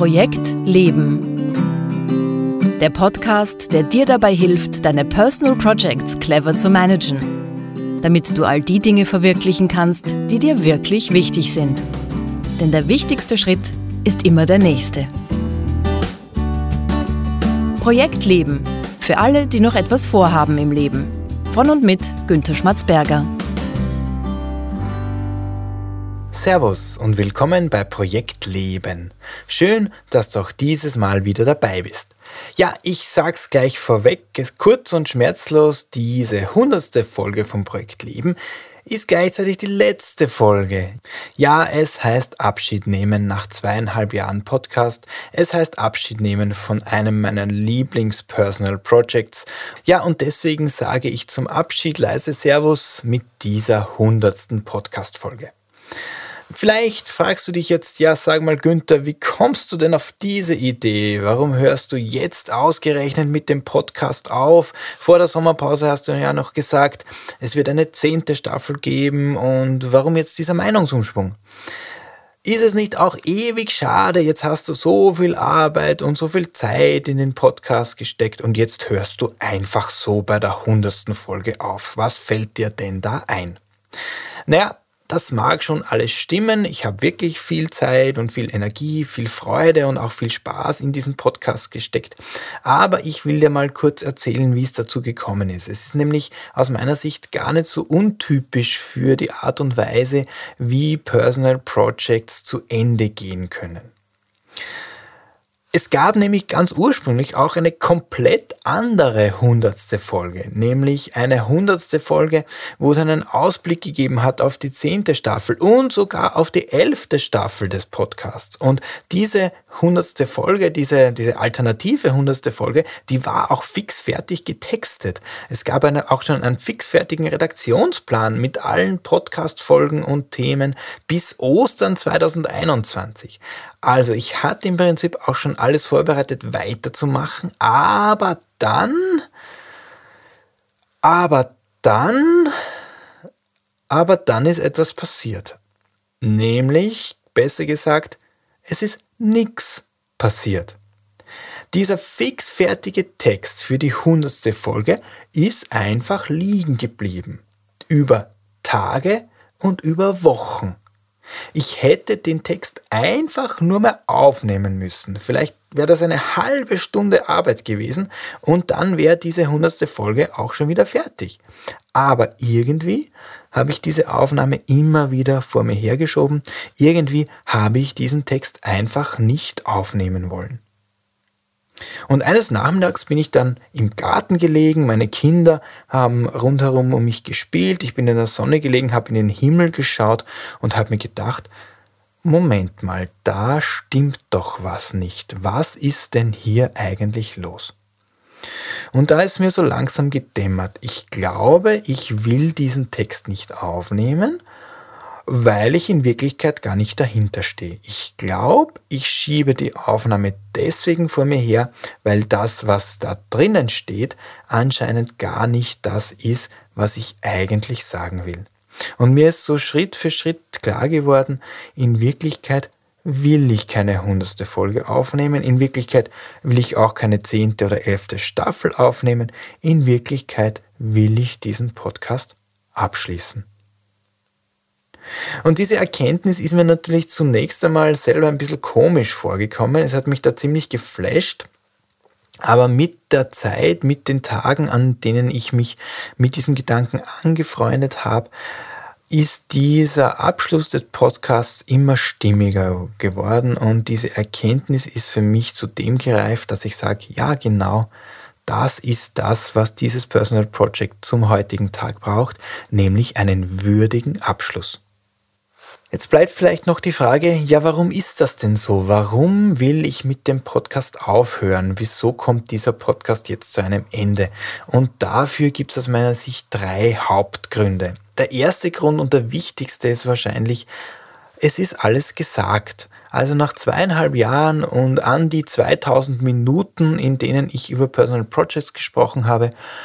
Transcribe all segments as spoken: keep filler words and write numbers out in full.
Projekt Leben. Der Podcast, der dir dabei hilft, deine Personal Projects clever zu managen, damit du all die Dinge verwirklichen kannst, die dir wirklich wichtig sind. Denn der wichtigste Schritt ist immer der nächste. Projekt Leben. Für alle, die noch etwas vorhaben im Leben. Von und mit Günther Schmatzberger. Servus und willkommen bei Projekt Leben. Schön, dass du auch dieses Mal wieder dabei bist. Ja, ich sag's gleich vorweg, kurz und schmerzlos, diese hundertste Folge vom Projekt Leben ist gleichzeitig die letzte Folge. Ja, es heißt Abschied nehmen nach zweieinhalb Jahren Podcast. Es heißt Abschied nehmen von einem meiner Lieblings-Personal Projects. Ja, und deswegen sage ich zum Abschied leise Servus mit dieser hundertsten Podcast-Folge. Vielleicht fragst du dich jetzt, ja, sag mal Günther, wie kommst du denn auf diese Idee? Warum hörst du jetzt ausgerechnet mit dem Podcast auf? Vor der Sommerpause hast du ja noch gesagt, es wird eine zehnte Staffel geben und warum jetzt dieser Meinungsumschwung? Ist es nicht auch ewig schade, jetzt hast du so viel Arbeit und so viel Zeit in den Podcast gesteckt und jetzt hörst du einfach so bei der hundertsten Folge auf. Was fällt dir denn da ein? Naja, das mag schon alles stimmen. Ich habe wirklich viel Zeit und viel Energie, viel Freude und auch viel Spaß in diesen Podcast gesteckt. Aber ich will dir mal kurz erzählen, wie es dazu gekommen ist. Es ist nämlich aus meiner Sicht gar nicht so untypisch für die Art und Weise, wie Personal Projects zu Ende gehen können. Es gab nämlich ganz ursprünglich auch eine komplett andere hundertste Folge, nämlich eine hundertste Folge, wo es einen Ausblick gegeben hat auf die zehnte Staffel und sogar auf die elfte Staffel des Podcasts. Und diese hundertste Folge, diese, diese alternative hundertste Folge, die war auch fix fertig getextet. Es gab eine, auch schon einen fixfertigen Redaktionsplan mit allen Podcast-Folgen und Themen bis Ostern zweitausendeinundzwanzig. Also ich hatte im Prinzip auch schon alles vorbereitet, weiterzumachen, aber dann, aber dann, aber dann ist etwas passiert. Nämlich, besser gesagt, es ist nichts passiert. Dieser fixfertige Text für die hundertste Folge ist einfach liegen geblieben. Über Tage und über Wochen. Ich hätte den Text einfach nur mehr aufnehmen müssen. Vielleicht wäre das eine halbe Stunde Arbeit gewesen und dann wäre diese hundertste Folge auch schon wieder fertig. Aber irgendwie habe ich diese Aufnahme immer wieder vor mir hergeschoben. Irgendwie habe ich diesen Text einfach nicht aufnehmen wollen. Und eines Nachmittags bin ich dann im Garten gelegen, meine Kinder haben rundherum um mich gespielt, ich bin in der Sonne gelegen, habe in den Himmel geschaut und habe mir gedacht, Moment mal, da stimmt doch was nicht. Was ist denn hier eigentlich los? Und da ist mir so langsam gedämmert. Ich glaube, ich will diesen Text nicht aufnehmen, weil ich in Wirklichkeit gar nicht dahinter stehe. Ich glaube, ich schiebe die Aufnahme deswegen vor mir her, weil das, was da drinnen steht, anscheinend gar nicht das ist, was ich eigentlich sagen will. Und mir ist so Schritt für Schritt klar geworden, in Wirklichkeit will ich keine hundertste Folge aufnehmen, in Wirklichkeit will ich auch keine zehnte oder elfte Staffel aufnehmen, in Wirklichkeit will ich diesen Podcast abschließen. Und diese Erkenntnis ist mir natürlich zunächst einmal selber ein bisschen komisch vorgekommen. Es hat mich da ziemlich geflasht. Aber mit der Zeit, mit den Tagen, an denen ich mich mit diesem Gedanken angefreundet habe, ist dieser Abschluss des Podcasts immer stimmiger geworden. Und diese Erkenntnis ist für mich zu dem gereift, dass ich sage, ja genau, das ist das, was dieses Personal Project zum heutigen Tag braucht, nämlich einen würdigen Abschluss. Jetzt bleibt vielleicht noch die Frage, ja, warum ist das denn so? Warum will ich mit dem Podcast aufhören? Wieso kommt dieser Podcast jetzt zu einem Ende? Und dafür gibt es aus meiner Sicht drei Hauptgründe. Der erste Grund und der wichtigste ist wahrscheinlich, es ist alles gesagt. Also nach zweieinhalb Jahren und an die zweitausend Minuten, in denen ich über Personal Projects gesprochen habe,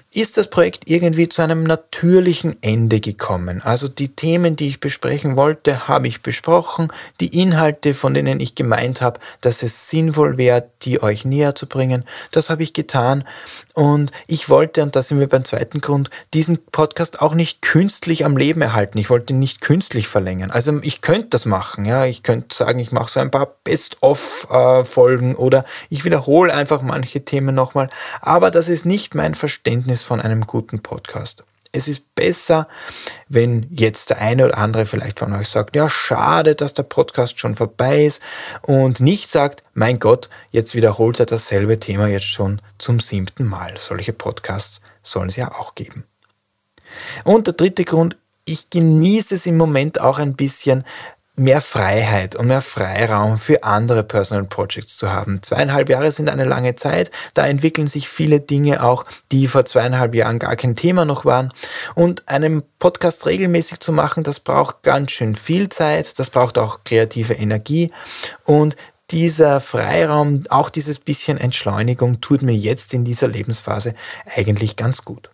ist das Projekt irgendwie zu einem natürlichen Ende gekommen. Also die Themen, die ich besprechen wollte, habe ich besprochen. Die Inhalte, von denen ich gemeint habe, dass es sinnvoll wäre, die euch näher zu bringen, das habe ich getan. Und ich wollte, und da sind wir beim zweiten Grund, diesen Podcast auch nicht künstlich am Leben erhalten. Ich wollte ihn nicht künstlich verlängern. Also ich könnte das machen. Ja, ich könnte sagen, ich mache so ein paar Best-of-Folgen oder ich wiederhole einfach manche Themen nochmal. Aber das ist nicht mein Verständnis von einem guten Podcast. Es ist besser, wenn jetzt der eine oder andere vielleicht von euch sagt, ja, schade, dass der Podcast schon vorbei ist und nicht sagt, mein Gott, jetzt wiederholt er dasselbe Thema jetzt schon zum siebten Mal. Solche Podcasts sollen es ja auch geben. Und der dritte Grund, ich genieße es im Moment auch ein bisschen, mehr Freiheit und mehr Freiraum für andere Personal Projects zu haben. Zweieinhalb Jahre sind eine lange Zeit, da entwickeln sich viele Dinge auch, die vor zweieinhalb Jahren gar kein Thema noch waren. Und einen Podcast regelmäßig zu machen, das braucht ganz schön viel Zeit, das braucht auch kreative Energie und dieser Freiraum, auch dieses bisschen Entschleunigung tut mir jetzt in dieser Lebensphase eigentlich ganz gut.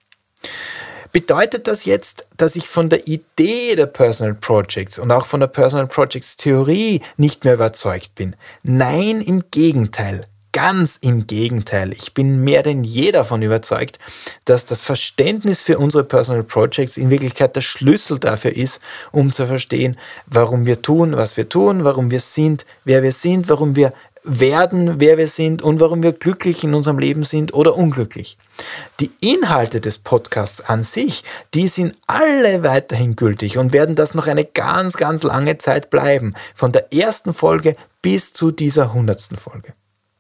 Bedeutet das jetzt, dass ich von der Idee der Personal Projects und auch von der Personal Projects Theorie nicht mehr überzeugt bin? Nein, im Gegenteil. Ganz im Gegenteil. Ich bin mehr denn je davon überzeugt, dass das Verständnis für unsere Personal Projects in Wirklichkeit der Schlüssel dafür ist, um zu verstehen, warum wir tun, was wir tun, warum wir sind, wer wir sind, warum wir werden, wer wir sind und warum wir glücklich in unserem Leben sind oder unglücklich. Die Inhalte des Podcasts an sich, die sind alle weiterhin gültig und werden das noch eine ganz, ganz lange Zeit bleiben. Von der ersten Folge bis zu dieser hundertsten Folge.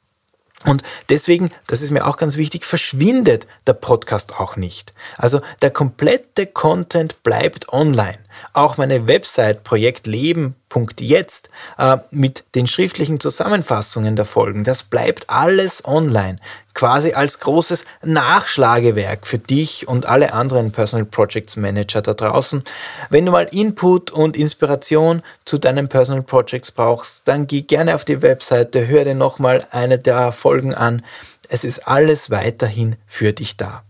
Und deswegen, das ist mir auch ganz wichtig, verschwindet der Podcast auch nicht. Also der komplette Content bleibt online. Auch meine Website projektleben punkt jetzt äh, mit den schriftlichen Zusammenfassungen der Folgen, das bleibt alles online. Quasi als großes Nachschlagewerk für dich und alle anderen Personal Projects Manager da draußen. Wenn du mal Input und Inspiration zu deinen Personal Projects brauchst, dann geh gerne auf die Webseite, hör dir nochmal eine der Folgen an. Es ist alles weiterhin für dich da.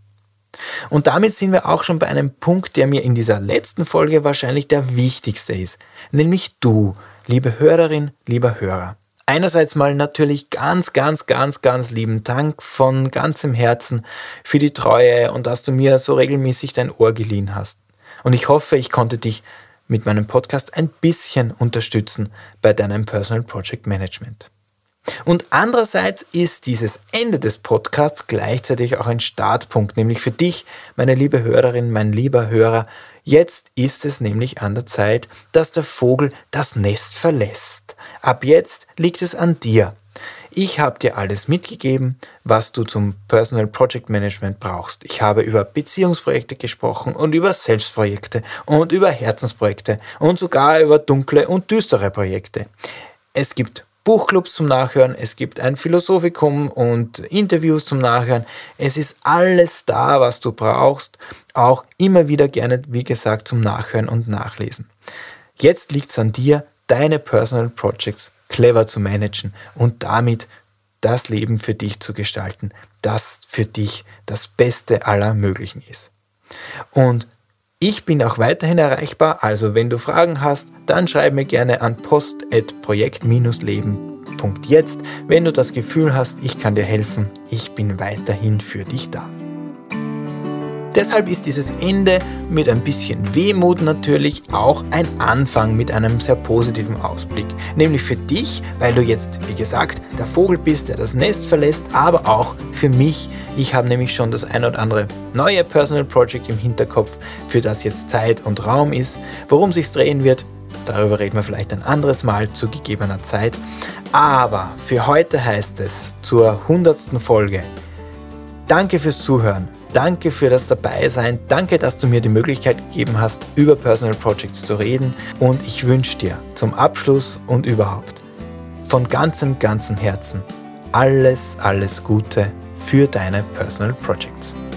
Und damit sind wir auch schon bei einem Punkt, der mir in dieser letzten Folge wahrscheinlich der wichtigste ist, nämlich du, liebe Hörerin, lieber Hörer. Einerseits mal natürlich ganz, ganz, ganz, ganz lieben Dank von ganzem Herzen für die Treue und dass du mir so regelmäßig dein Ohr geliehen hast. Und ich hoffe, ich konnte dich mit meinem Podcast ein bisschen unterstützen bei deinem Personal Project Management. Und andererseits ist dieses Ende des Podcasts gleichzeitig auch ein Startpunkt, nämlich für dich, meine liebe Hörerin, mein lieber Hörer. Jetzt ist es nämlich an der Zeit, dass der Vogel das Nest verlässt. Ab jetzt liegt es an dir. Ich habe dir alles mitgegeben, was du zum Personal Project Management brauchst. Ich habe über Beziehungsprojekte gesprochen und über Selbstprojekte und über Herzensprojekte und sogar über dunkle und düstere Projekte. Es gibt Buchclubs zum Nachhören, es gibt ein Philosophikum und Interviews zum Nachhören. Es ist alles da, was du brauchst, auch immer wieder gerne, wie gesagt, zum Nachhören und Nachlesen. Jetzt liegt es an dir, deine Personal Projects clever zu managen und damit das Leben für dich zu gestalten, das für dich das Beste aller Möglichen ist. Und ich bin auch weiterhin erreichbar, also wenn du Fragen hast, dann schreib mir gerne an post at projekt leben punkt jetzt. Wenn du das Gefühl hast, ich kann dir helfen, ich bin weiterhin für dich da. Deshalb ist dieses Ende mit ein bisschen Wehmut natürlich auch ein Anfang mit einem sehr positiven Ausblick. Nämlich für dich, weil du jetzt, wie gesagt, der Vogel bist, der das Nest verlässt, aber auch für mich. Ich habe nämlich schon das ein oder andere neue Personal Project im Hinterkopf, für das jetzt Zeit und Raum ist. Worum es sich drehen wird, darüber reden wir vielleicht ein anderes Mal zu gegebener Zeit. Aber für heute heißt es zur hundertsten Folge, danke fürs Zuhören. Danke für das Dabeisein, danke, dass du mir die Möglichkeit gegeben hast, über Personal Projects zu reden und ich wünsche dir zum Abschluss und überhaupt von ganzem, ganzem Herzen alles, alles Gute für deine Personal Projects.